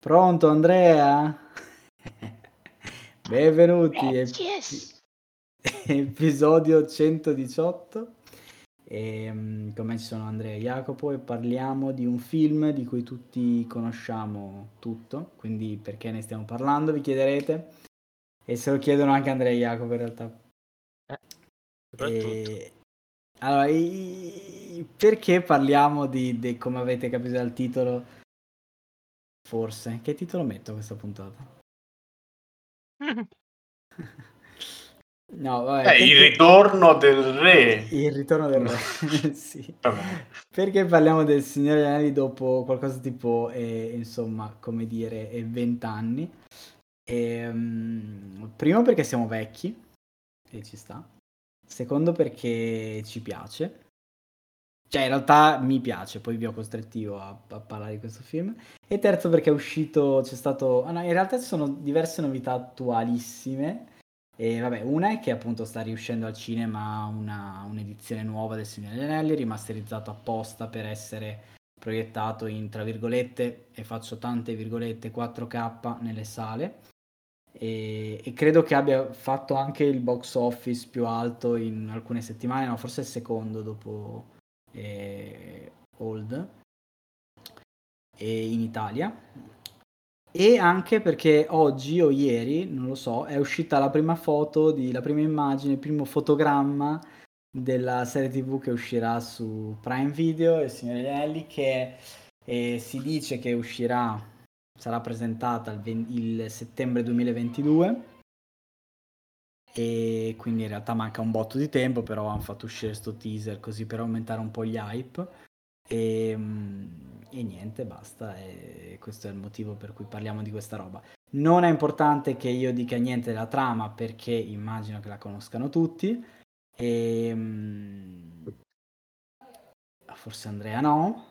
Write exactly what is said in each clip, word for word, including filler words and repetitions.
Pronto Andrea? Benvenuti, Yes, epi- yes. episodio centodiciotto. E, mm, con me ci sono Andrea e Jacopo e parliamo di un film di cui tutti conosciamo tutto, quindi perché ne stiamo parlando vi chiederete, e se lo chiedono anche Andrea e Jacopo in realtà. Eh, soprattutto. E, allora, i- perché parliamo di, di- come avete capito dal titolo, forse, che titolo metto a questa puntata? No, vabbè, Eh, il perché ritorno del re. il ritorno del No. re, sì. Vabbè. Perché parliamo del Signore degli Anelli dopo qualcosa tipo, eh, insomma, come dire, eh, vent'anni. Ehm, primo perché siamo vecchi, e ci sta. Secondo perché ci piace. Cioè, in realtà mi piace, poi vi ho costretti io a, a parlare di questo film. E terzo perché è uscito, c'è stato... ah no, in realtà ci sono diverse novità attualissime. E vabbè, una è che appunto sta riuscendo al cinema una, un'edizione nuova del Signore degli Anelli, rimasterizzato apposta per essere proiettato in, tra virgolette, e faccio tante virgolette, quattro K nelle sale. E, e credo che abbia fatto anche il box office più alto in alcune settimane, no, forse il secondo dopo eh, Old, e in Italia. E anche perché oggi o ieri, non lo so, è uscita la prima foto, di, la prima immagine, il primo fotogramma della serie tivù che uscirà su Prime Video, Il Signore degli Anelli, che eh, si dice che uscirà, sarà presentata il, ven- il settembre duemilaventidue, e quindi in realtà manca un botto di tempo, però hanno fatto uscire sto teaser così per aumentare un po' gli hype. E, mm, e niente, basta. E questo è il motivo per cui parliamo di questa roba. Non è importante che io dica niente della trama perché immagino che la conoscano tutti. E, mm, forse Andrea no.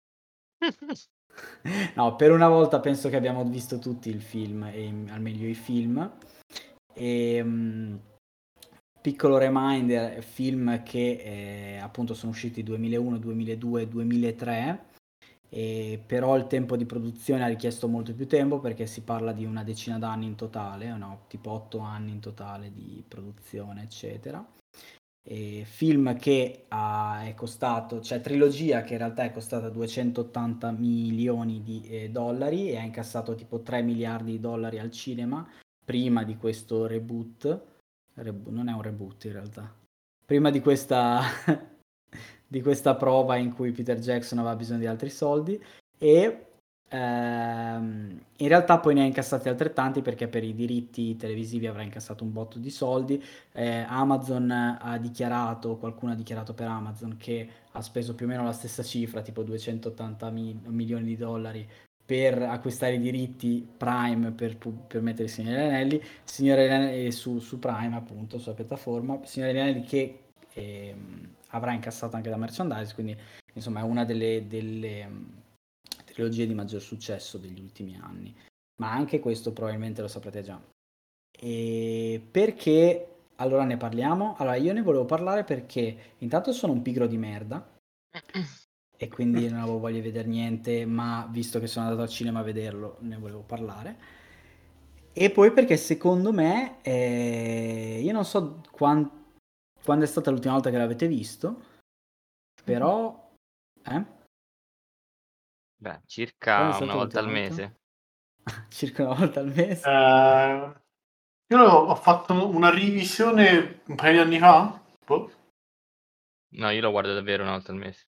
No, per una volta penso che abbiamo visto tutti il film, e al meglio i film. E, mm, piccolo reminder, film che eh, appunto sono usciti duemilauno, duemiladue, duemilatré, e però il tempo di produzione ha richiesto molto più tempo perché si parla di una decina d'anni in totale, no? Tipo otto anni in totale di produzione, eccetera. E film che ha, è costato, cioè trilogia che in realtà è costata duecentottanta milioni di eh, dollari e ha incassato tipo tre miliardi di dollari al cinema prima di questo reboot. Rebo- non è un reboot in realtà. Prima di questa, di questa prova in cui Peter Jackson aveva bisogno di altri soldi e ehm, in realtà poi ne ha incassati altrettanti perché per i diritti televisivi avrà incassato un botto di soldi. Eh, Amazon ha dichiarato, qualcuno ha dichiarato per Amazon che ha speso più o meno la stessa cifra, tipo duecentottanta mi- milioni di dollari per acquistare i diritti Prime per, pu- per mettere il Signore degli Anelli, Signore degli Anelli su, su Prime appunto, sulla piattaforma, Signore degli Anelli che ehm, avrà incassato anche da merchandise, quindi insomma è una delle, delle mm, trilogie di maggior successo degli ultimi anni, ma anche questo probabilmente lo saprete già. E perché allora ne parliamo? Allora io ne volevo parlare perché intanto sono un pigro di merda e quindi non avevo voglia di vedere niente, ma visto che sono andato al cinema a vederlo, ne volevo parlare. E poi perché secondo me, eh, io non so quan- quando è stata l'ultima volta che l'avete visto, però... Eh? Beh, Quando è circa una stata volta l'ultima al volta? mese. Circa una volta al mese? Eh, io ho fatto una revisione un paio di anni fa. Boh. No, io lo guardo davvero una volta al mese.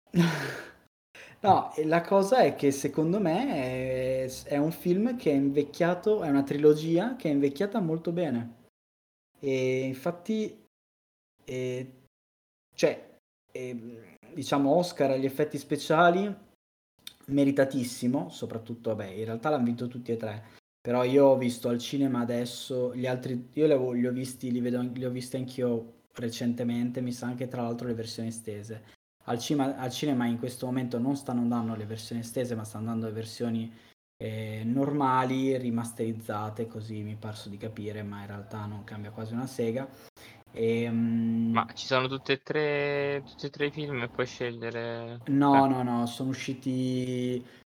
No, e la cosa è che secondo me è, è un film che è invecchiato, è una trilogia che è invecchiata molto bene. E infatti, eh, cioè, eh, diciamo Oscar agli effetti speciali, meritatissimo, soprattutto, vabbè, in realtà l'hanno vinto tutti e tre, però io ho visto al cinema adesso, gli altri, io li ho, li ho visti, li vedo, li ho visti anch'io recentemente, mi sa anche tra l'altro le versioni estese. Al, cima- al cinema in questo momento non stanno andando le versioni estese, ma stanno andando le versioni eh, normali, rimasterizzate, così mi è parso di capire, ma in realtà non cambia quasi una sega. E, mm, Ma ci sono tutte e tre, tutti e tre i film e puoi scegliere... no, Cioè, no, no, sono usciti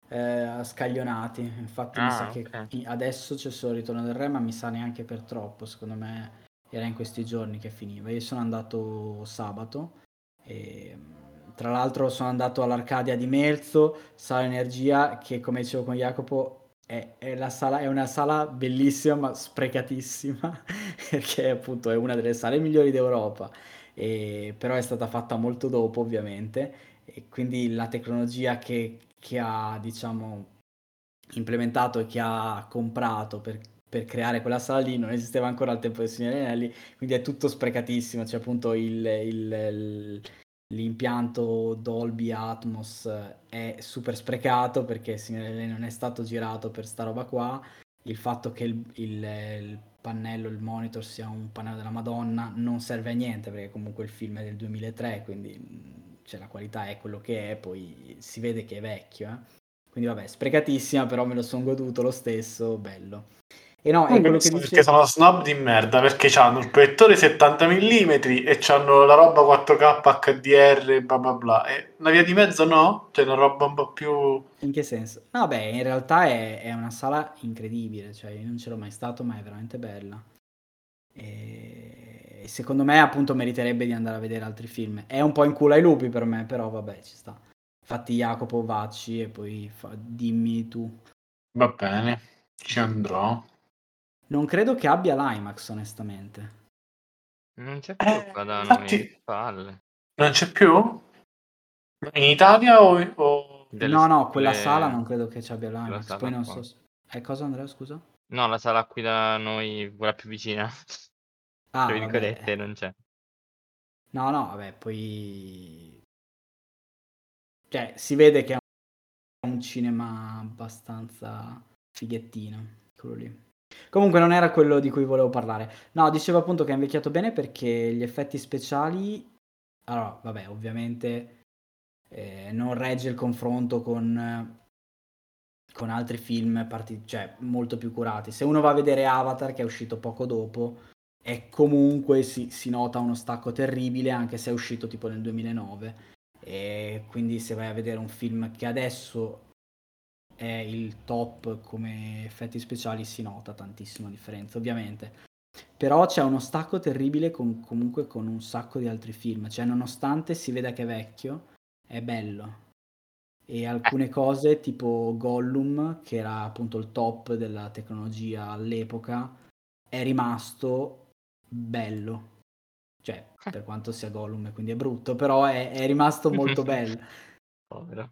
eh, scaglionati. Infatti mi sa Ah, che ok. i- adesso c'è solo il Ritorno del Re, ma mi sa neanche per troppo. Secondo me era in questi giorni che finiva. Io sono andato sabato e mh, tra l'altro sono andato all'Arcadia di Melzo, Sala Energia, che come dicevo con Jacopo è, è la sala, è una sala bellissima ma sprecatissima perché appunto è una delle sale migliori d'Europa. E- però è stata fatta molto dopo ovviamente e quindi la tecnologia che, che ha, diciamo, implementato e che ha comprato per, per creare quella sala lì non esisteva ancora al tempo del Signore Anelli, quindi è tutto sprecatissimo, c'è appunto il, il- il- l'impianto Dolby Atmos è super sprecato perché il Signore Anelli non è stato girato per sta roba qua, il fatto che il, il- il pannello, il monitor sia un pannello della Madonna non serve a niente perché comunque il film è del duemilatré, quindi mh, cioè, la qualità è quello che è, poi si vede che è vecchio, eh. Quindi vabbè, sprecatissima, però me lo sono goduto lo stesso, bello. E no, è Comunque, quello che questo perché dice... sono snob di merda, perché hanno il proiettore settanta millimetri e c'hanno la roba quattro K H D R, bla bla bla. E una via di mezzo no? Cioè una roba un po' più... In che senso? No, beh, in realtà è, è una sala incredibile, cioè io non ce l'ho mai stato, ma è veramente bella. E secondo me appunto meriterebbe di andare a vedere altri film. È un po' in culo ai lupi per me, però vabbè, ci sta. Infatti Jacopo vacci e poi fa- dimmi tu. Va bene, ci andrò. Non credo che abbia l'IMAX, onestamente. Non c'è più Eh, qua da noi, che infatti, palle. non c'è più? In Italia o... o- Delle, No, no, quella sala non delle- credo che ci abbia quella l'IMAX. Poi sala non so... qua. se- Eh, cosa Andrea, scusa? No, la sala qui da noi, quella più vicina, tra Ah, virgolette, vabbè. non c'è. No, no, vabbè, poi... Cioè, si vede che è un cinema abbastanza fighettino, quello lì. Comunque non era quello di cui volevo parlare. No, dicevo appunto che è invecchiato bene perché gli effetti speciali... Allora, vabbè, ovviamente eh, non regge il confronto con... con altri film parti- cioè, molto più curati. Se uno va a vedere Avatar, che è uscito poco dopo, e comunque si, si nota uno stacco terribile, anche se è uscito tipo nel duemilanove. E quindi se vai a vedere un film che adesso è il top come effetti speciali, si nota tantissima differenza, ovviamente. Però c'è uno stacco terribile con, comunque con un sacco di altri film. Cioè, nonostante si veda che è vecchio, è bello e alcune cose tipo Gollum, che era appunto il top della tecnologia all'epoca, è rimasto bello. Cioè, per quanto sia Gollum e quindi è brutto, però è, è rimasto molto bello. Povero.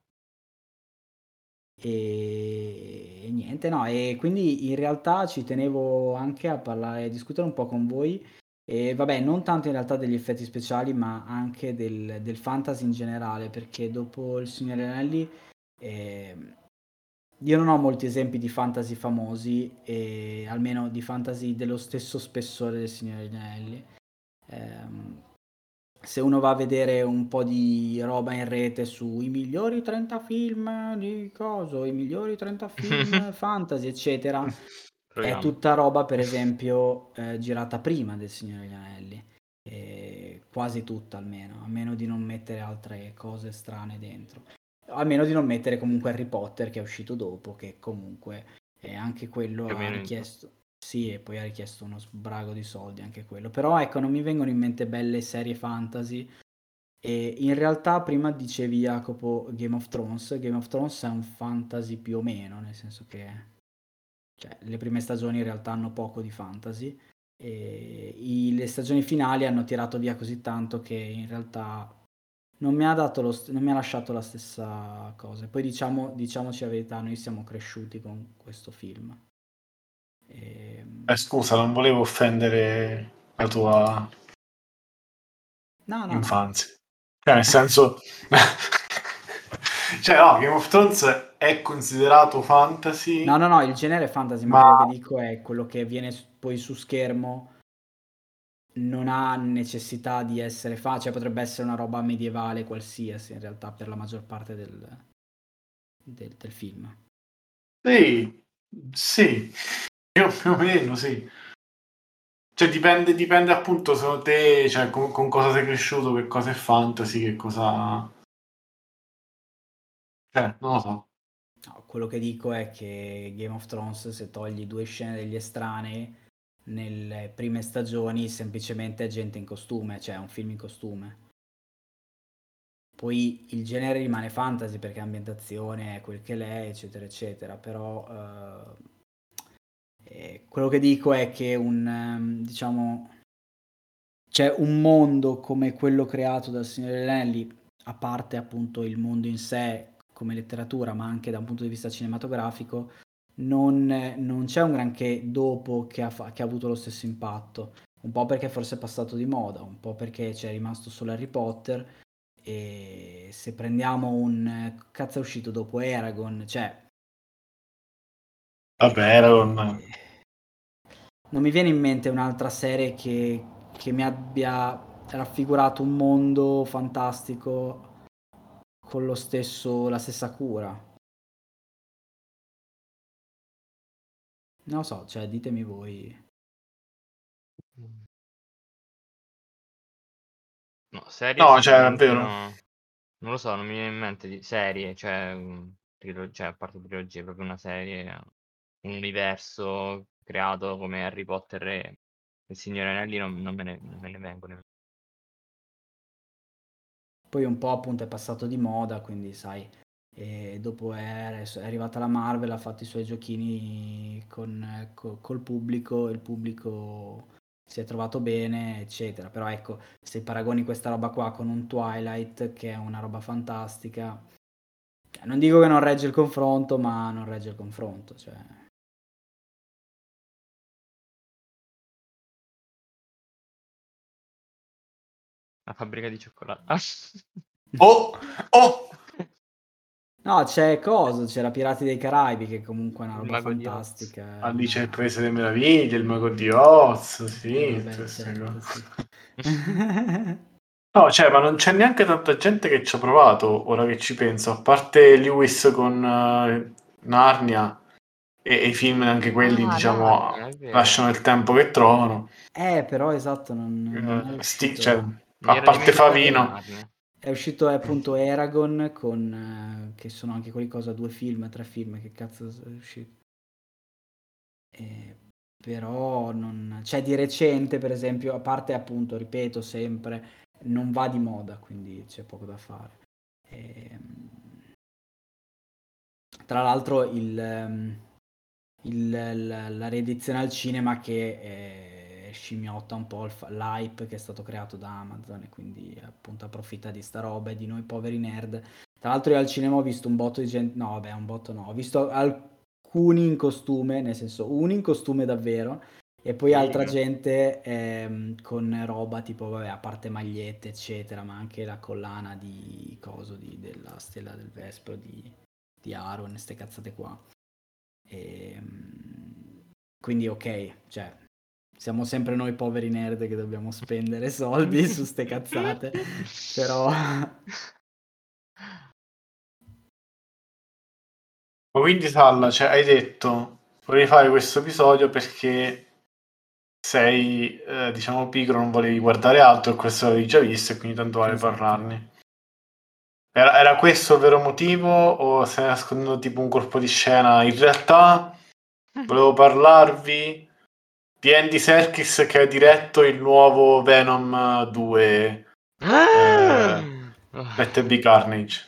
E... e niente, no, e quindi in realtà ci tenevo anche a parlare, a discutere un po' con voi. E vabbè, non tanto in realtà degli effetti speciali, ma anche del, del fantasy in generale, perché dopo Il Signore degli Anelli eh, io non ho molti esempi di fantasy famosi, e almeno di fantasy dello stesso spessore del Signore degli Anelli. Ehm, se uno va a vedere un po' di roba in rete sui migliori trenta film di coso, i migliori trenta film fantasy, eccetera, è Proviamo. tutta roba, per esempio, eh, girata prima del Signore degli Anelli. Eh, quasi tutta almeno, a meno di non mettere altre cose strane dentro. A meno di non mettere comunque Harry Potter che è uscito dopo, che comunque eh, anche quello Più o ha meno in tutto. richiesto, sì, e poi ha richiesto uno sbrago di soldi anche quello. Però ecco, non mi vengono in mente belle serie fantasy. E in realtà prima dicevi Jacopo Game of Thrones. Game of Thrones è un fantasy più o meno, nel senso che cioè, le prime stagioni in realtà hanno poco di fantasy. E i- le stagioni finali hanno tirato via così tanto che in realtà non mi ha dato lo st- non mi ha lasciato la stessa cosa. Poi diciamo, diciamoci la verità, noi siamo cresciuti con questo film. Eh, Ehm, scusa, non volevo offendere la tua No, no, no. infanzia. Cioè, nel senso... cioè, no, Game of Thrones è considerato No, fantasy, no, no, il genere fantasy, ma ma... quello che dico è quello che viene s- poi su schermo non ha necessità di essere fa, cioè potrebbe essere una roba medievale qualsiasi in realtà per la maggior parte del, del, del film. Sì, sì, più, più o meno, sì. Cioè, dipende, dipende appunto secondo te, cioè, con, con cosa sei cresciuto, che cosa è fantasy, che cosa... Cioè, non lo so. No, quello che dico è che Game of Thrones, se togli due scene degli estranei nelle prime stagioni, semplicemente è gente in costume, cioè è un film in costume. Poi il genere rimane fantasy perché l'ambientazione è quel che l'è, eccetera, eccetera, però eh, eh, quello che dico è che un, ehm, diciamo, c'è un mondo come quello creato dal Signore degli Anelli, a parte appunto il mondo in sé come letteratura, ma anche da un punto di vista cinematografico, non, non c'è un granché dopo che ha, fa- che ha avuto lo stesso impatto. Un po' perché forse è passato di moda, un po' perché c'è rimasto solo Harry Potter. E se prendiamo un cazzo è uscito dopo Eragon, cioè Vabbè, Eragon. eh, non mi viene in mente un'altra serie che, che mi abbia raffigurato un mondo fantastico con lo stesso, la stessa cura. Non lo so, cioè ditemi voi. No, serie No, cioè, è sicuramente vero. no. Non lo so, non mi viene in mente di serie, cioè, mm, trilo- cioè, a parte trilogie, proprio una serie, un universo creato come Harry Potter e il Signore Anelli non, non me ne, non me ne vengono. Poi un po' appunto è passato di moda, quindi sai, e dopo è, è arrivata la Marvel, ha fatto i suoi giochini con, co- col pubblico, il pubblico si è trovato bene, eccetera. Però ecco, se paragoni questa roba qua con un Twilight, che è una roba fantastica, cioè, non dico che non regge il confronto, ma non regge il confronto, cioè. La fabbrica di cioccolato. Oh, oh! No, c'è cosa, c'era Pirati dei Caraibi, che comunque è una Il roba mago di Oz. fantastica, è Alice nel una... Paese delle Meraviglie, il Mago di Oz, sì, Eh tutte vabbè, queste certo, cose. sì. No, cioè, ma non c'è neanche tanta gente che ci ha provato, ora che ci penso, a parte Lewis con eh, Narnia e, e i film, anche quelli, Ah, diciamo, Narnia, è vero. lasciano il tempo che trovano. Eh, però esatto, non, non è Eh, sti- cioè, uscito. Mi a ero parte dimenticato di Favino. Narnia. È uscito eh, appunto Eragon con eh, che sono anche quelli cosa, due film, tre film, che cazzo è uscito? Eh, però non, cioè di recente, per esempio, a parte appunto, ripeto sempre, non va di moda, quindi c'è poco da fare. Ehm, tra l'altro il, ehm, il- la, la riedizione al cinema che eh, scimmiotta un po' il fa- l'hype che è stato creato da Amazon e quindi appunto approfitta di sta roba e di noi poveri nerd. Tra l'altro io al cinema ho visto un botto di gente, no vabbè un botto no, ho visto alcuni in costume, nel senso uno in costume davvero e poi altra Figo. gente ehm, con roba tipo vabbè a parte magliette eccetera, ma anche la collana di coso di, della Stella del Vespro di, di Aaron, queste cazzate qua. E, quindi ok, cioè siamo sempre noi poveri nerd che dobbiamo spendere soldi su ste cazzate, però Ma quindi Salla, cioè, hai detto, volevi fare questo episodio perché sei, eh, diciamo, pigro, non volevi guardare altro e questo l'avevi già visto e quindi tanto vale esatto. parlarne. Era, era questo il vero motivo o stai nascondendo tipo un colpo di scena? In realtà volevo parlarvi di Andy Serkis che ha diretto il nuovo Venom due, eh, Let There Be Carnage.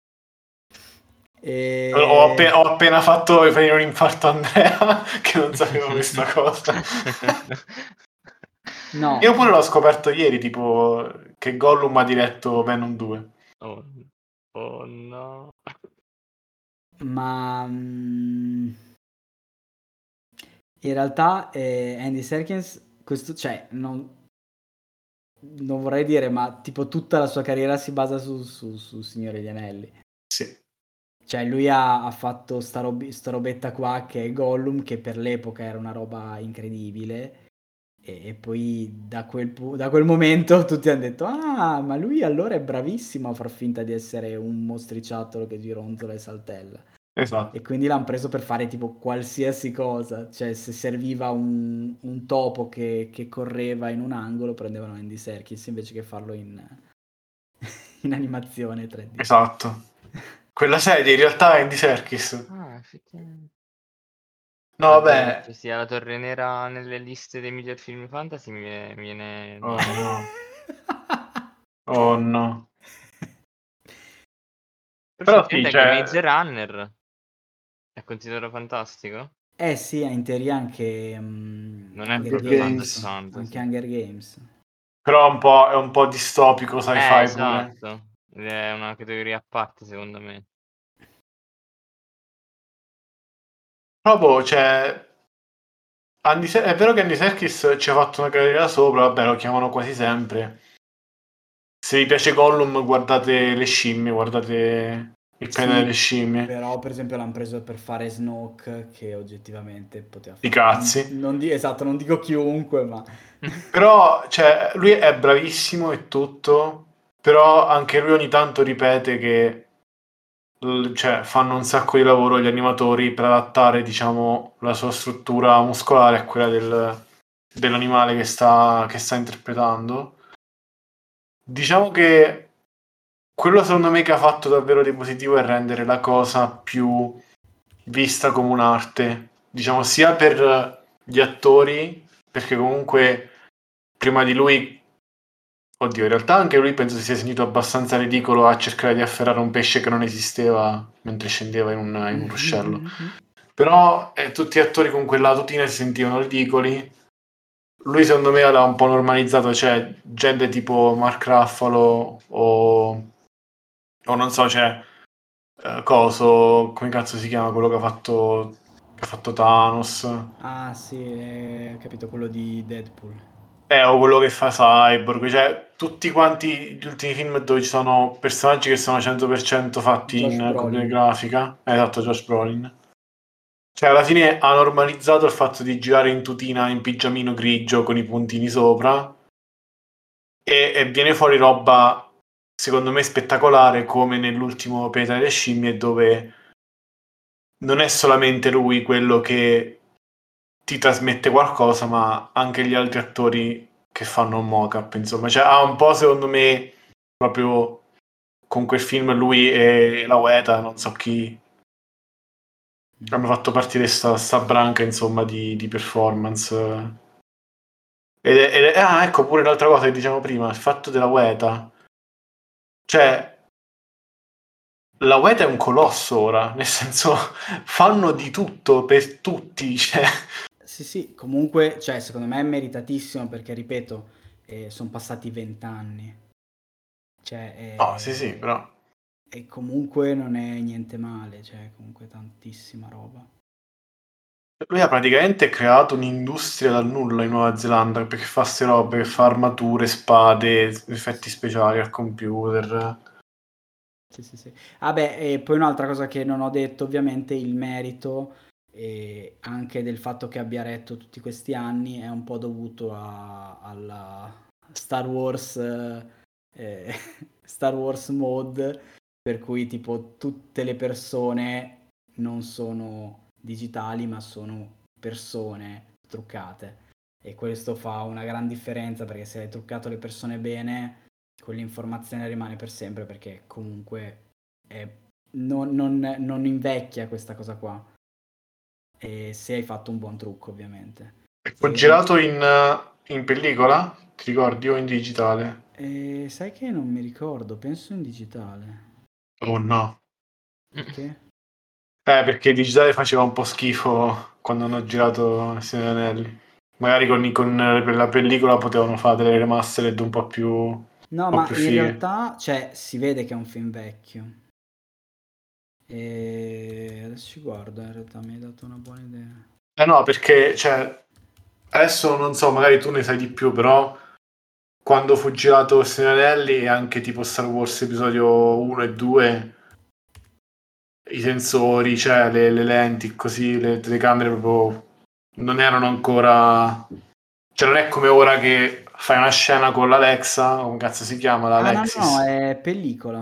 Ho appena, E... ho appena fatto venire un infarto a Andrea che non sapeva questa cosa. No, Io pure l'ho scoperto ieri, tipo che Gollum ha diretto Venom due. Oh, oh no. ma mm, in realtà eh, Andy Serkins, questo, cioè, non, non vorrei dire, ma tipo tutta la sua carriera si basa su, su, su Signore degli Anelli. Sì. Cioè lui ha, ha fatto sta, rob- sta robetta qua che è Gollum, che per l'epoca era una roba incredibile. E, e poi da quel, pu- da quel momento tutti hanno detto: Ah, ma lui allora è bravissimo a far finta di essere un mostriciattolo che gironzola e saltella. Esatto. E quindi l'hanno preso per fare tipo qualsiasi cosa. Cioè, se serviva un, un topo che, che correva in un angolo, prendevano Andy Serkis invece che farlo in, in animazione tre D. Esatto. Quella serie in realtà è Andy Serkis. Ah, effettivamente. No, Guarda, vabbè. detto sia la Torre Nera nelle liste dei migliori film fantasy mi viene, mi viene il Oh nome. no. Oh no. Però Però sì, effettivamente anche cioè... Maze Runner è considerato fantastico? Eh sì, in teoria anche mm, Non è Hunger Hunger proprio Games. Games. fantasy Anche fantasy. Hunger Games. Però è un po', è un po' distopico, Eh, sci-fi pure. esatto. Ed è una categoria a parte secondo me. Proprio, cioè... Andy Se- è vero che Andy Serkis ci ha fatto una carriera sopra, vabbè, lo chiamano quasi sempre. Se vi piace Gollum, guardate Le Scimmie, guardate Il pianeta Sì, delle scimmie. però per esempio l'hanno preso per fare Snoke, che oggettivamente poteva I fare. Non, cazzi. non di- esatto, non dico chiunque, ma... Però, cioè, lui è bravissimo e tutto, però anche lui ogni tanto ripete che l- cioè, fanno un sacco di lavoro gli animatori per adattare, diciamo, la sua struttura muscolare a quella del- dell'animale che sta, che sta interpretando. Diciamo che quello secondo me che ha fatto davvero di positivo è rendere la cosa più vista come un'arte, diciamo, sia per gli attori, perché comunque prima di lui, oddio, in realtà anche lui penso si sia sentito abbastanza ridicolo a cercare di afferrare un pesce che non esisteva mentre scendeva in un, in un ruscello. Però eh, tutti gli attori con quella tutina si sentivano ridicoli. Lui secondo me l'ha un po' normalizzato, cioè gente tipo Mark Ruffalo o, o non so, cioè eh, coso, come cazzo si chiama quello che ha fatto, che ha fatto Thanos? Ah sì, eh, ho capito, quello di Deadpool. Eh, o quello che fa Cyborg, cioè tutti quanti gli ultimi film dove ci sono personaggi che sono cento per cento fatti Josh in computer Brolin. grafica. Eh, esatto, Josh Brolin. Cioè, alla fine ha normalizzato il fatto di girare in tutina in pigiamino grigio con i puntini sopra e, e viene fuori roba, secondo me, spettacolare come nell'ultimo Pianeta delle Scimmie, dove non è solamente lui quello che ti trasmette qualcosa, ma anche gli altri attori che fanno un mock-up, insomma. Cioè, ha un po', secondo me, proprio con quel film lui e la Weta, non so chi, hanno fatto partire sta, sta branca, insomma, di, di performance. Ed è, ed è- ah, ecco pure l'altra cosa che diciamo prima, il fatto della Weta. Cioè, la Weta è un colosso ora, nel senso, fanno di tutto per tutti, cioè... Sì, sì, comunque, cioè, secondo me è meritatissimo perché, ripeto, sono passati vent'anni. Cioè, No, sì, sì, eh, però... e comunque non è niente male, cioè, comunque tantissima roba. Lui ha praticamente creato un'industria dal nulla in Nuova Zelanda perché fa ste robe, che fa armature, spade, effetti speciali al computer. Sì, sì, sì. Ah beh, e poi un'altra cosa che non ho detto, ovviamente, il merito eh, anche del fatto che abbia retto tutti questi anni è un po' dovuto a- alla Star Wars, eh, Star Wars mode, per cui tipo tutte le persone non sono digitali, ma sono persone truccate. E questo fa una gran differenza perché se hai truccato le persone bene quell'informazione rimane per sempre perché comunque è- non, non- non invecchia questa cosa qua. E se hai fatto un buon trucco, ovviamente. Fu E, girato in, in pellicola, ti ricordi, o in digitale? e sai che non mi ricordo, penso in digitale. Oh no. Perché? Eh, perché il digitale faceva un po' schifo quando hanno girato Il Signore degli Anelli. Magari con, con la pellicola potevano fare delle remastered un po' più, un No, po' ma più in fighe. realtà, cioè, si vede che è un film vecchio. E adesso ci guardo, in realtà mi hai dato una buona idea. Eh no, perché, cioè, adesso non so, magari tu ne sai di più, però quando fu girato Il Signore degli Anelli e anche tipo Star Wars episodio uno e due, i sensori, cioè le, le lenti, così, le telecamere proprio non erano ancora... Cioè non è come ora che fai una scena con l'Alexa, o come cazzo si chiama, Ah, no, no, l'Alexis. è pellicola.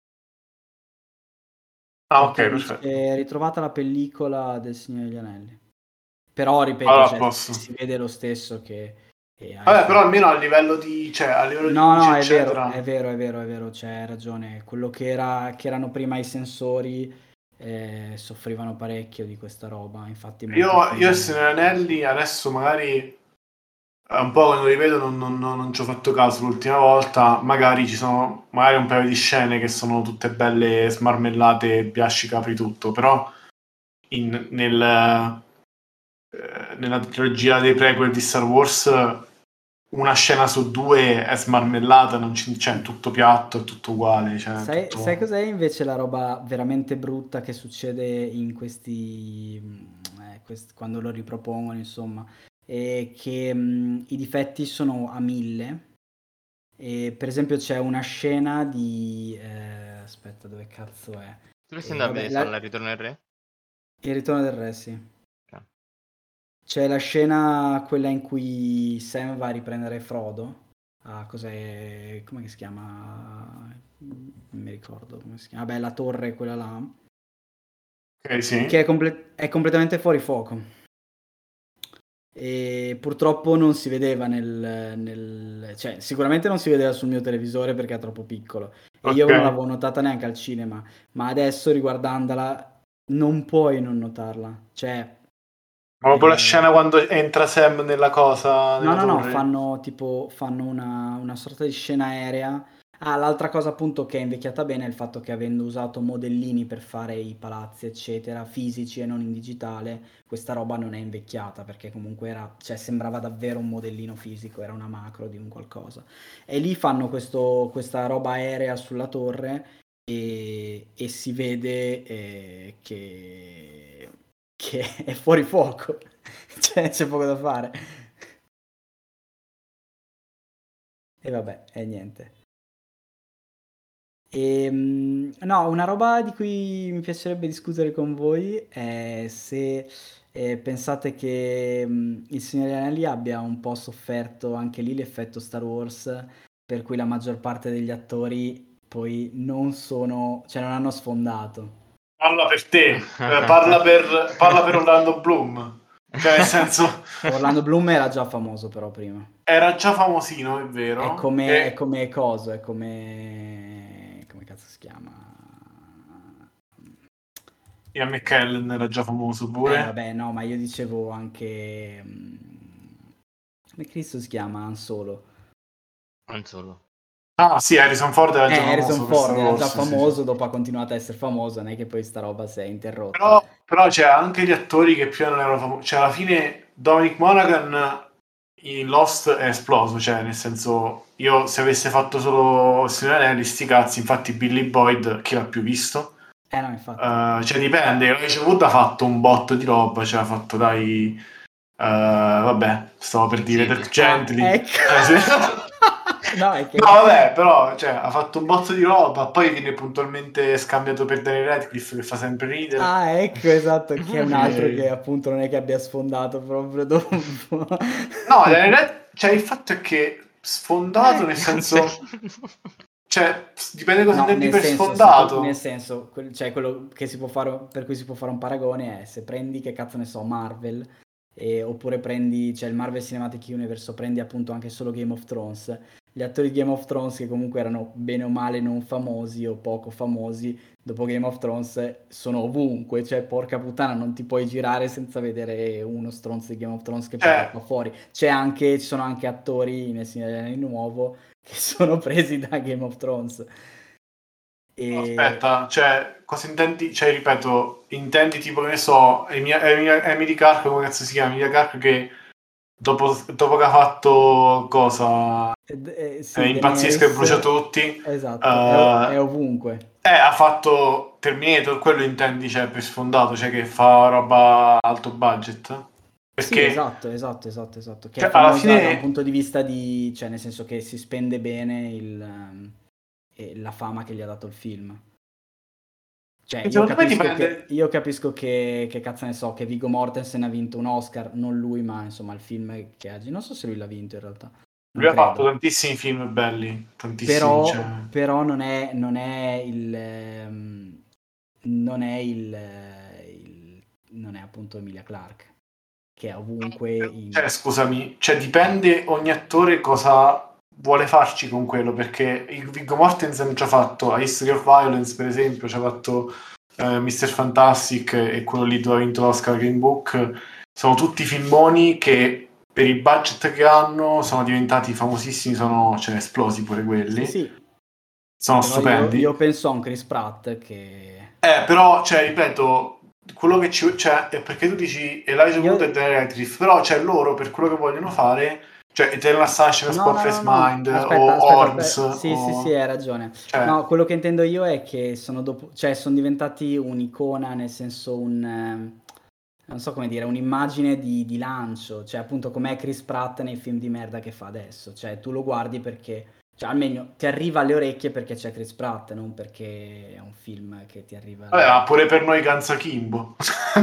Ah, ok, Perché perfetto. dice ritrovata la pellicola del Signore degli Anelli. Però ripeto, Allora cioè, si posso. si vede lo stesso che E Vabbè, però almeno a livello di, cioè, a livello no, di luce, no, è vero, eccetera. è vero, è vero, è vero, c'è ragione. Quello che era, che erano prima i sensori eh, soffrivano parecchio di questa roba, infatti molti Io, io film... e Signore Anelli adesso magari un po' quando li vedo non, non, non, non ci ho fatto caso l'ultima volta, magari ci sono magari un paio di scene che sono tutte belle smarmellate, biasci capri tutto, però in, nel, eh, nella trilogia dei prequel di Star Wars una scena su due è smarmellata, non c'è, c'è tutto piatto, è tutto uguale. Cioè, Sai, tutto... sai cos'è invece la roba veramente brutta che succede in questi... mm, eh, quest- quando lo ripropongono, insomma, è che mm, i difetti sono a mille. E, per esempio c'è una scena di... eh, aspetta, dove cazzo è? Dovresti E, andare a vabbè, vedere la- Star Ritorno del Re? Il ritorno del re, sì. Ok. C'è la scena, quella in cui Sam va a riprendere Frodo. Ah, cos'è? Come che si chiama? Non mi ricordo come si chiama. Vabbè, la torre, quella là. Ok, sì. Che è, comple- è completamente fuori fuoco. E purtroppo non si vedeva nel, nel- cioè sicuramente non si vedeva sul mio televisore perché è troppo piccolo e io Ok. non l'avevo notata neanche al cinema, ma adesso riguardandola non puoi non notarla, cioè Ma proprio la eh, scena quando entra Sam nella cosa, no nella no no, torre? fanno tipo fanno una, una sorta di scena aerea. Ah, l'altra cosa appunto che è invecchiata bene è il fatto che avendo usato modellini per fare i palazzi eccetera, fisici e non in digitale, questa roba non è invecchiata perché comunque era, cioè sembrava davvero un modellino fisico, era una macro di un qualcosa. E lì fanno questo, questa roba aerea sulla torre e, e si vede eh, che, che è fuori fuoco, cioè c'è poco da fare. E vabbè, e niente. Ehm, no, una roba di cui mi piacerebbe discutere con voi è se eh, pensate che mm, Il Signore degli Anelli abbia un po' sofferto anche lì l'effetto Star Wars, per cui la maggior parte degli attori poi non sono, cioè non hanno sfondato. Parla per te, eh, parla per, parla per Orlando Bloom. Cioè, nel senso, Orlando Bloom era già famoso però prima. era già famosino, è È vero. come, è E come coso, è come... come cazzo si chiama? Ian McKellen era già famoso Eh, pure. vabbè, no, ma io dicevo anche... mm, come Cristo si chiama? Han Solo. Non solo. Ah, sì, Harrison Ford era Eh, già Harrison famoso per Star Ford era già Wars, sì, sì. famoso, dopo ha continuato a essere famoso, non è che poi sta roba si è interrotta. Però, però c'è anche gli attori che più non erano famosi. Cioè, alla fine Dominic Monaghan in Lost è esploso, cioè, nel senso, io se avesse fatto solo Signore Anelli, sti cazzi, infatti Billy Boyd, chi l'ha più visto? Eh no, infatti. Uh, cioè dipende, Elijah Wood ha fatto un botto di roba, cioè ha fatto dai uh, vabbè, stavo per dire Omicidi. Dirk Ah, Gently. ecco. Eh, sì. No, è che... No, vabbè, però cioè, ha fatto un botto di roba, poi viene puntualmente scambiato per Daniel Radcliffe che fa sempre ridere. Ah, ecco, esatto, che è un altro che E... appunto non è che abbia sfondato proprio dopo. No, Daniel Radcliffe, cioè il fatto è che sfondato Eh, nel cazzo. senso, cioè dipende cosa No, intendi nel per senso, si può- nel sfondato. senso, quel- cioè quello che si può fare, per cui si può fare un paragone è se prendi, che cazzo ne so, Marvel, e- oppure prendi, cioè il Marvel Cinematic Universe, o prendi appunto anche solo Game of Thrones, gli attori di Game of Thrones che comunque erano bene o male non famosi o poco famosi, dopo Game of Thrones sono ovunque, cioè porca puttana non ti puoi girare senza vedere uno stronzo di Game of Thrones che parla Cioè, qua fuori. C'è anche, ci sono anche attori nel Signore degli Anelli nuovo che sono presi da Game of Thrones. E... aspetta, cioè, cosa intendi? Cioè, ripeto, intendi tipo, che ne so, Emilia, Emilia- Emily Clark, come cazzo si chiama? Emilia Clark che dopo, dopo che ha fatto cosa? ed- eh, Eh, sì, impazzisco e brucia Daenerys, tutti. esatto, è, ov- è eh, ovunque. eh, ha fatto Terminator, quello intendi, cioè, per sfondato, cioè che fa roba alto budget? Sì, Perché, esatto, esatto, esatto, esatto, che è cioè, alla famosa da un fine... punto di vista di, cioè nel senso che si spende bene il, ehm, e la fama che gli ha dato il film. Cioè, io Secondo me capisco che, dipende... io capisco che, che cazzo ne so, che Viggo Mortensen ha vinto un Oscar, non lui, ma insomma il film che ha... Non so se lui l'ha vinto in realtà, non Lui ha fatto credo. tantissimi film belli, tantissimi, cioè... Però, però non è, non è il, ehm, non è il, eh, il- non è appunto Emilia Clarke. che è ovunque in... Cioè, scusami, cioè dipende ogni attore cosa vuole farci con quello, perché il Viggo Mortensen ci ha fatto a History of Violence, per esempio, ci ha fatto uh, mister Fantastic e quello lì dove ha vinto l'Oscar, Green Book. Sono tutti filmoni che per il budget che hanno sono diventati famosissimi, sono cioè, esplosi pure quelli. Sì, sì. Sono Però stupendi. Io, io penso a un Chris Pratt che... Eh, però, cioè, ripeto, quello che ci... Cioè, è perché tu dici Elijah Wood Io- e Daniel Radcliffe, però, cioè, loro, per quello che vogliono fare, cioè, Eternal Assassin, No, no, Spotless no, no. Mind, Aspetta, o aspetta, Orms, aspetta. Sì, o... sì, sì, hai ragione. Cioè, No, quello che intendo io è che sono dopo, cioè sono diventati un'icona, nel senso un, ehm, non so come dire, un'immagine di, di lancio, cioè appunto com'è Chris Pratt nei film di merda che fa adesso, cioè tu lo guardi perché, cioè almeno ti arriva alle orecchie perché c'è Chris Pratt, non perché è un film che ti arriva alle... vabbè, ma pure per noi Ganza Kimbo.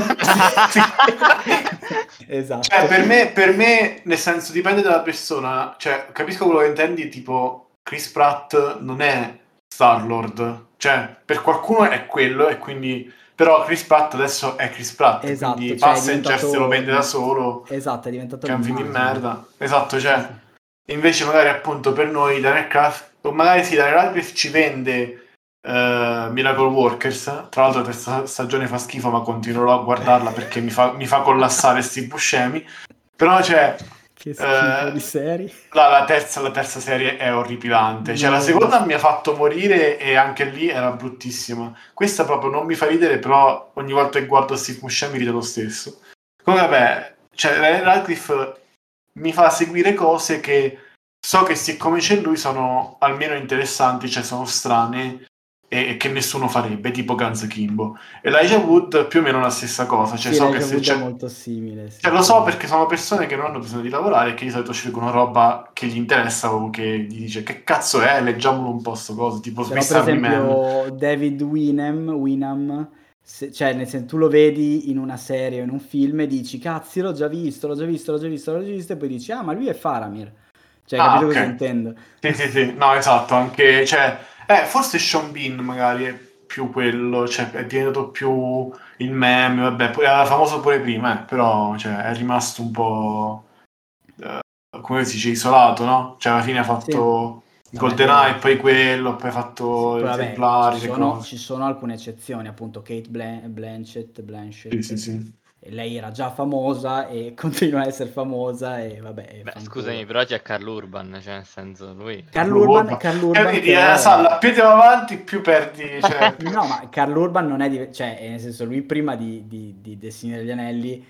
Esatto. Cioè, per me, per me, nel senso, dipende dalla persona. Cioè, capisco quello che intendi, tipo, Chris Pratt non è Star-Lord. Cioè, per qualcuno è quello, e quindi... Però Chris Pratt adesso è Chris Pratt, Esatto, quindi cioè è Passenger se lo diventato... prende da solo, Esatto, è diventato che è un film di l'immagine. merda. Esatto, Sì, cioè... sì. Invece magari appunto per noi Daniel Craft, o magari sì, Daniel Radcliffe ci vende uh, Miracle Workers. Tra l'altro la terza stagione fa schifo, ma continuerò a guardarla perché mi fa, mi fa collassare sti buscemi. Però c'è Che schifo uh, di serie. la, la, terza, la terza serie è orripilante. Cioè Non la l'ho seconda vista. mi ha fatto morire e anche lì era bruttissima. Questa proprio non mi fa ridere, però ogni volta che guardo Steve Buscemi ride lo stesso. Comunque vabbè, cioè Daniel Radcliffe mi fa seguire cose che so che siccome c'è lui sono almeno interessanti, cioè sono strane e, e che nessuno farebbe, tipo Guns Kimbo. E Elijah Wood più o meno la stessa cosa, cioè Sì, so che Elijah se Wood è c'è... molto simile. Sì, Cioè, lo sì. so perché sono persone che non hanno bisogno di lavorare e che di solito scelgono roba che gli interessa o che gli dice che cazzo è, leggiamolo un po' sto coso, tipo Però Swiss per Army Man. esempio David Winham, Winham se- cioè nel senso tu lo vedi in una serie o in un film e dici cazzo l'ho già visto, l'ho già visto, l'ho già visto, l'ho già visto e poi dici ah ma lui è Faramir. Cioè Ah, capito cosa ok. intendo? Sì, sì, sì. No, esatto, anche... Cioè, eh, forse Sean Bean magari è più quello, cioè è diventato più il meme, vabbè, poi era famoso pure prima, eh, però cioè, è rimasto un po'... eh, come si dice, isolato, no? Cioè alla fine ha Sì. fatto Vabbè, GoldenEye, beh, poi quello, poi ha sì, fatto poi i vabbè, Templari, ci le sono, cose. ci sono alcune eccezioni, appunto Kate Blan- Blanchett, Blanchett, Sì, sì, sì. e lei era già famosa e continua a essere famosa e vabbè, e Beh, fanculo. scusami, però c'è Carl Urban, cioè nel senso lui... Carl Carlo Urban, Urban. Carl E Urban vedi, eh, però Salla, è... più andiamo avanti, più perdi. Cioè... No, ma Carl Urban non è... di- cioè, nel senso, lui prima di, di, di del Signore degli Anelli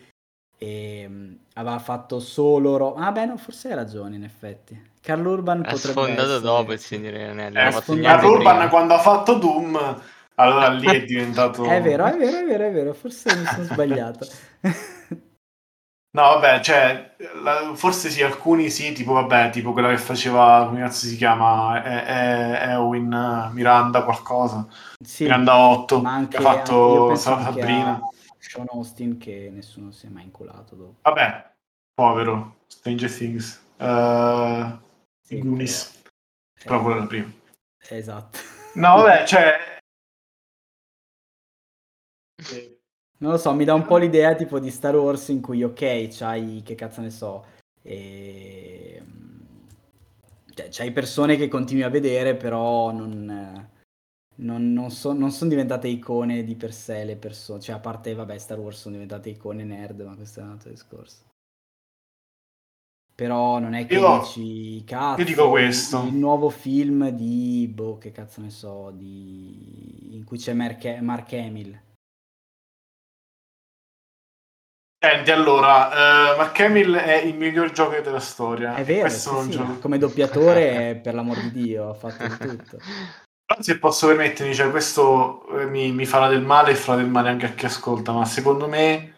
ehm, aveva fatto solo... Ro- ah beh, no, forse hai ragione, in effetti. Carl Urban Ha potrebbe sfondato dopo essere... il Sì. Signore degli Anelli, non Eh, Ha ha fatto sfondato... niente Carlo Urban prima. quando ha fatto Doom, allora lì è È diventato... vero, è vero, è vero, è vero, forse mi sono sbagliato. No, vabbè, cioè, la- forse sì, alcuni sì, tipo, vabbè, tipo quella che faceva, come cazzo si chiama, è, è, Eowyn Miranda qualcosa, Sì, Miranda otto, ma che ha anche, anche- io fatto penso Sa- anche a Sabrina. Sean Austin che nessuno si è mai inculato dopo. Vabbè, povero, Stranger Things, uh, i Sì, però... Goonies, però quello eh, era prima. esatto. No, vabbè, cioè... eh, Non lo so, mi dà un po' l'idea tipo di Star Wars in cui, ok, c'hai, che cazzo ne so, e... cioè, c'hai persone che continui a vedere, però non, non, non, so- non sono diventate icone di per sé le persone, cioè a parte, vabbè, Star Wars sono diventate icone nerd, ma questo è un altro discorso. Però non è che Io, dici, io dico cazzo, il, il questo. nuovo film di, boh, che cazzo ne so, di... in cui c'è Mark, Mark Hamill. Senti, allora, uh, Mark Hamill è il miglior Joker della storia, È e vero, questo sì, non sì, ma gioco. come doppiatore, per l'amor di Dio, ha fatto di tutto. Però se posso permettermi, cioè, questo eh, mi, mi farà del male e farà del male anche a chi ascolta, ma secondo me...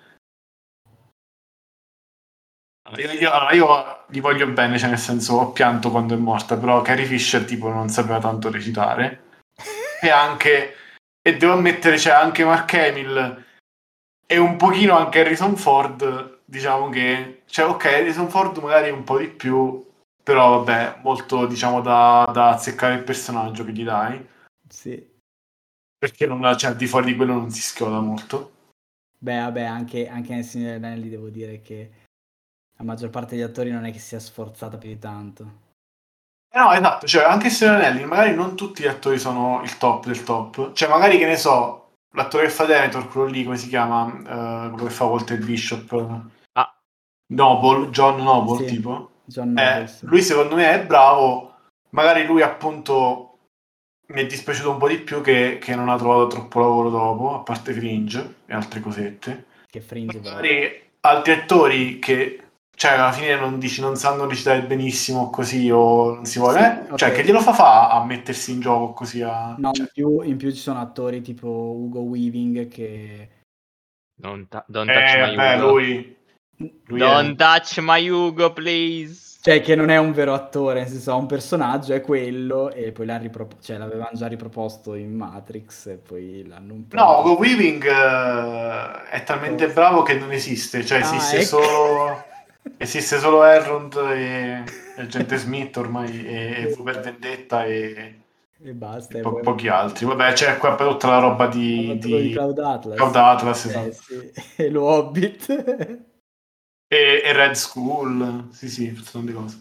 Io, io, allora, io gli voglio bene, cioè nel senso ho pianto quando è morta, però Carrie Fisher tipo non sapeva tanto recitare. E anche, e devo ammettere, cioè anche Mark Hamill e un pochino anche Harrison Ford, diciamo che... Cioè ok, Harrison Ford magari un po' di più, però vabbè, molto diciamo da, da azzeccare il personaggio che gli dai. Sì. Perché non, cioè, al di fuori di quello non si schioda molto. Beh, vabbè, anche, anche nel Signore degli Anelli devo dire che la maggior parte degli attori non è che sia sforzata più di tanto. Eh No, esatto, cioè anche se Anelli, magari non tutti gli attori sono il top del top. Cioè, magari che ne so, l'attore che fa Denethor, quello lì, come si chiama? Eh, quello che fa Walter Bishop. Ah, Noble, John Noble, Sì, tipo. John Noble, Eh, sì. lui secondo me è bravo. Magari lui appunto mi è dispiaciuto un po' di più che, che non ha trovato troppo lavoro dopo, a parte Fringe e altre cosette. Che Fringe però. Magari altri attori che, cioè, alla fine non dici, non sanno recitare benissimo così o non si vuole, Sì, eh? ok. Cioè, che glielo fa fa a mettersi in gioco così a... No, in cioè, più, in più ci sono attori tipo Hugo Weaving che... don't, ta- don't touch eh, my beh, Hugo. lui, lui Don't è... touch my Hugo, please. Cioè, che non è un vero attore, nel senso ha un personaggio, è quello, e poi l'ha ripropo- cioè, l'avevano già riproposto in Matrix e poi l'hanno un po'... No, Hugo impostato. Weaving eh, è talmente Cosa? bravo che non esiste, cioè Ah, esiste ecco. solo esiste solo Elrond e, e Agente Smith ormai e, e V per Vendetta e, E basta, e e po- poi pochi altri. Vabbè, c'è qua poi tutta la roba ha di, fatto quello di di Cloud Atlas. Cloud Atlas, Eh esatto. sì, e lo Hobbit. E, e Red Skull, sì sì, sono di cose.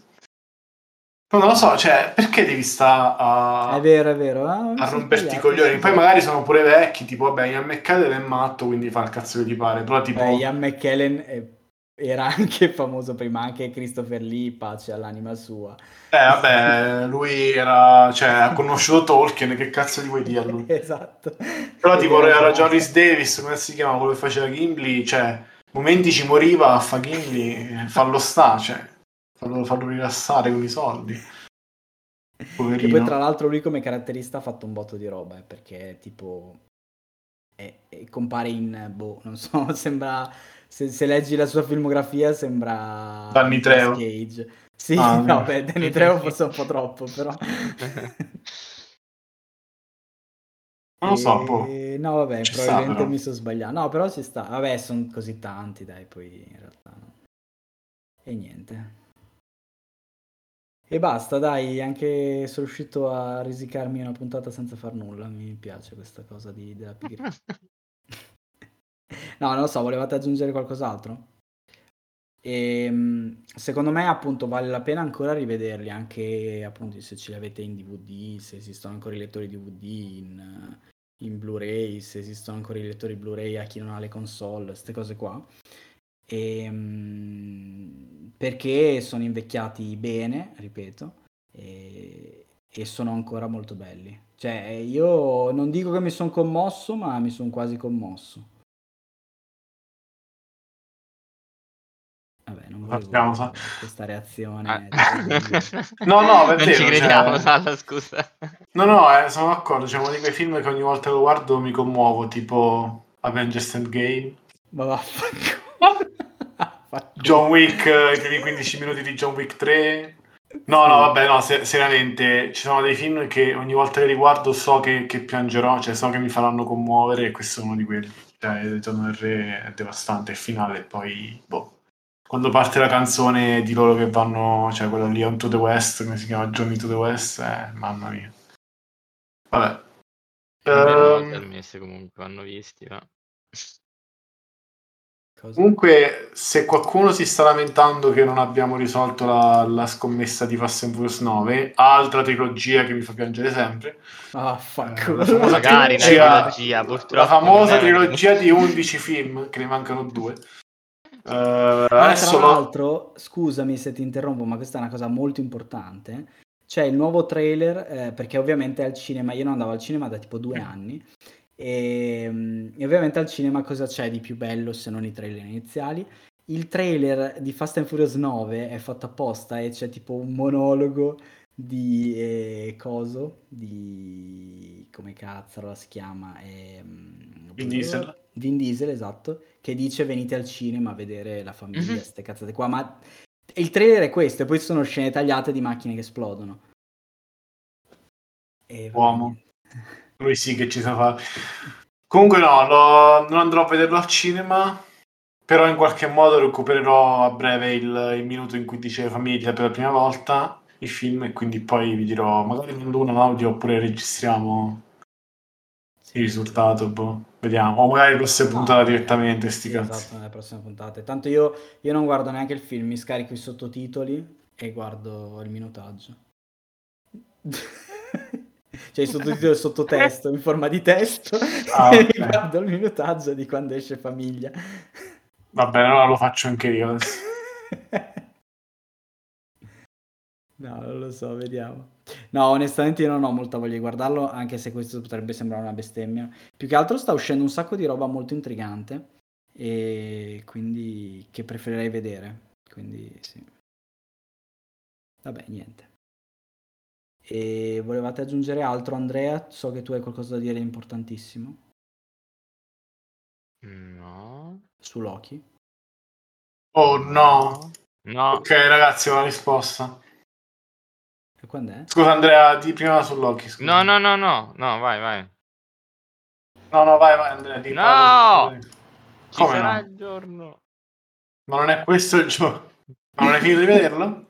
No, non lo so, cioè, perché devi stare È a, vero, è vero, ah, mi a sono romperti i sbagliato, coglioni? Poi scusate. magari sono pure vecchi, tipo, vabbè, Ian McKellen è matto, quindi fa il cazzo che gli pare, però Beh, tipo... Ian McKellen è- era anche famoso prima, anche Christopher Lee, pace all'anima sua. Eh, vabbè, lui era, cioè, ha conosciuto Tolkien, che cazzo gli vuoi dire a lui? Esatto. Però Ed tipo era era già... Joris Davis, come si chiama, quello che faceva Gimli, cioè, momenti ci moriva a fa Gimli, eh, fallo sta, cioè, fallo, fallo rilassare con i soldi, Che poi tra poverino. l'altro lui come caratterista ha fatto un botto di roba, eh, perché tipo è- è- compare in, boh, non so, sembra, se, se leggi la sua filmografia sembra Danny Nicolas Trejo. Cage. Sì, Ah, no, no. beh, Danny Trejo forse è un po' troppo, però... Non lo so, boh, E... No, vabbè, ci sta probabilmente però. mi sono sbagliato. No, però ci sta. Vabbè, sono così tanti, dai, poi in realtà no. E niente. E basta, dai, anche sono riuscito a risicarmi una puntata senza far nulla. Mi piace questa cosa di, della pigrizia. No, non lo so, volevate aggiungere qualcos'altro? E, secondo me appunto vale la pena ancora rivederli, anche appunto se ce li avete in D V D, se esistono ancora i lettori D V D, in, in Blu-ray, se esistono ancora i lettori Blu-ray a chi non ha le console, queste cose qua. E, perché sono invecchiati bene, ripeto, e, e sono ancora molto belli. Cioè, io non dico che mi sono commosso, ma mi sono quasi commosso. Vabbè, non Sappiamo, sa- volevo questa Ah. reazione terribile. No, no, è Non ci vero, crediamo, cioè... Salla, scusa. No, no, eh, sono d'accordo, c'è uno di quei film che ogni volta che lo guardo mi commuovo, tipo Avengers Endgame. Ma vaffanculo. Vaffanculo. John Wick, eh, i primi quindici minuti di John Wick tre. No, no, Sì. vabbè, no, se- seriamente, ci sono dei film che ogni volta che li guardo so che, che piangerò, cioè so che mi faranno commuovere e questo è uno di quelli. Cioè, il Ritorno del Re è devastante, il finale, e poi, boh. Quando parte la canzone di loro che vanno, cioè quella lì, On to the West, come si chiama, Journey to the West, eh, mamma mia. Vabbè. Beh, molto Ehm, al mese comunque vanno visti, ma... Cosa? Comunque, se qualcuno si sta lamentando che non abbiamo risolto la, la scommessa di Fast and Furious nove, altra trilogia che mi fa piangere sempre, Ah, eh, la vaffanculo. famosa Magari una trilogia, trilogia, la purtroppo famosa non è una trilogia trilogia. di undici film, che ne mancano due. Eh, Ah, tra adesso lo... l'altro, scusami se ti interrompo, ma questa è una cosa molto importante. C'è il nuovo trailer, eh, perché ovviamente al cinema, io non andavo al cinema da tipo due anni, e, mm, e ovviamente al cinema cosa c'è di più bello se non i trailer iniziali? Il trailer di Fast and Furious nove è fatto apposta e c'è tipo un monologo di eh, coso, di come cazzo si chiama? Ehm, Vin Diesel. Vin Diesel, esatto, che dice venite al cinema a vedere la famiglia, Mhm. ste cazzate qua, ma il trailer è questo e poi ci sono scene tagliate di macchine che esplodono. E vabbè, Uomo. niente. Lui sì che ci sa fare. Comunque no, lo- non andrò a vederlo al cinema, però in qualche modo recupererò a breve il, il minuto in cui dice famiglia per la prima volta, il film, e quindi poi vi dirò, magari mando un audio oppure registriamo sì. il risultato, boh. Vediamo. O magari la prossima No, puntata eh, direttamente, sti sì, cazzi. esatto, nelle prossime puntate. Tanto io, io non guardo neanche il film, mi scarico i sottotitoli e guardo il minutaggio. Cioè i sottotitoli e sottotesto in forma di testo Ah, e ok. mi guardo il minutaggio di quando esce Famiglia. Va bene, allora lo faccio anche io adesso. No, non lo so, vediamo. No, onestamente io non ho molta voglia di guardarlo, anche se questo potrebbe sembrare una bestemmia. Più che altro sta uscendo un sacco di roba molto intrigante e quindi che preferirei vedere. Quindi sì. Vabbè, niente. E volevate aggiungere altro, Andrea? So che tu hai qualcosa da dire di importantissimo No. su Loki. Oh no. No. Ok, ragazzi, ho la risposta. E quando è? Scusa Andrea, di prima su Loki, scusa. No, no, no, no, no, vai, vai. No, no, vai, vai Andrea, di No! parlo su- Ci Come sarà no? il giorno. Ma non è questo il gioco? Ma non hai finito di vederlo?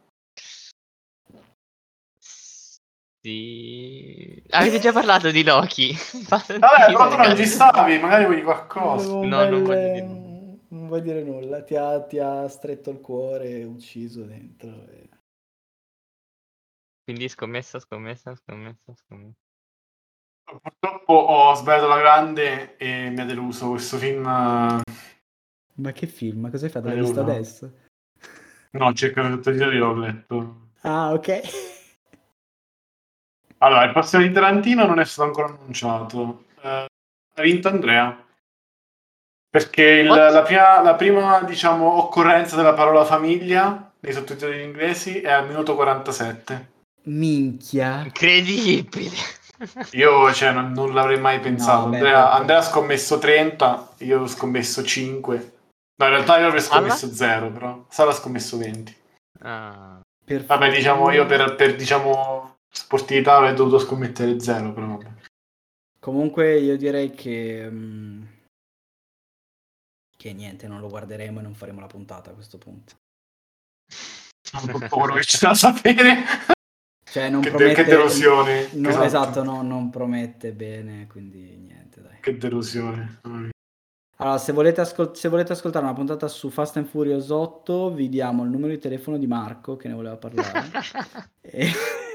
Sì. Avete già parlato di Loki? Vabbè, però tu non ci stavi, magari vuoi qualcosa. Un No, bel- non voglio dire nulla. Non vuoi dire nulla, ti ha, ti ha stretto il cuore e ucciso dentro. e- Quindi scommessa, scommessa, scommessa, scommessa. Purtroppo ho sbagliato la grande e mi ha deluso questo film. eh, Ma che film? Ma cosa hai fatto? L'hai Eh, visto no. adesso? No, ho cercato tutto il titolo, l'ho letto. Ah, ok. Allora, il prossimo di Tarantino non è stato ancora annunciato. Eh, ha vinto Andrea. Perché il- What? la prima, la prima, diciamo, occorrenza della parola famiglia nei sottotitoli inglesi è al minuto quarantasette. Minchia. Incredibile. Io, cioè, non, non l'avrei mai pensato. No, beh, Andrea, per- Andrea ha scommesso trenta, io ho scommesso cinque. No, in realtà io avrei scommesso zero, però. Sara ha scommesso venti. Ah. per Vabbè, diciamo, fortuna- io per, per, diciamo, sportività avrei dovuto scommettere zero, però vabbè. Comunque io direi che... mm, che niente, non lo guarderemo e non faremo la puntata a questo punto. Un po' quello che c'è da sapere. Cioè non Che, de- promette... che delusione. no, esatto. esatto, no, non promette bene, quindi niente, dai. Che delusione. Allora, se volete, ascol- se volete ascoltare una puntata su Fast and Furious otto, vi diamo il numero di telefono di Marco che ne voleva parlare. E-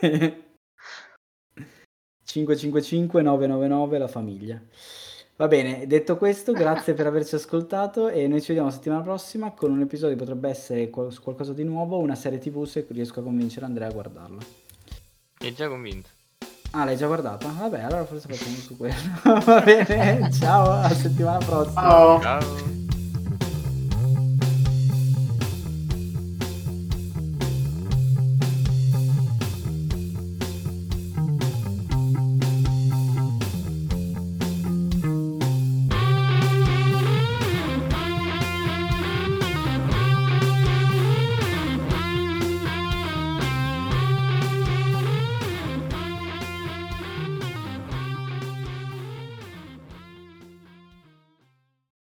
cinque cinque cinque nove nove nove la famiglia. Va bene, detto questo, grazie per averci ascoltato e noi ci vediamo la settimana prossima con un episodio che potrebbe essere qual- qualcosa di nuovo, una serie tivù se riesco a convincere Andrea a guardarla. Mi hai già convinto. Ah, l'hai già guardata? Vabbè, allora forse facciamo su quello. Va bene, ciao, alla settimana prossima. Ciao. Ciao.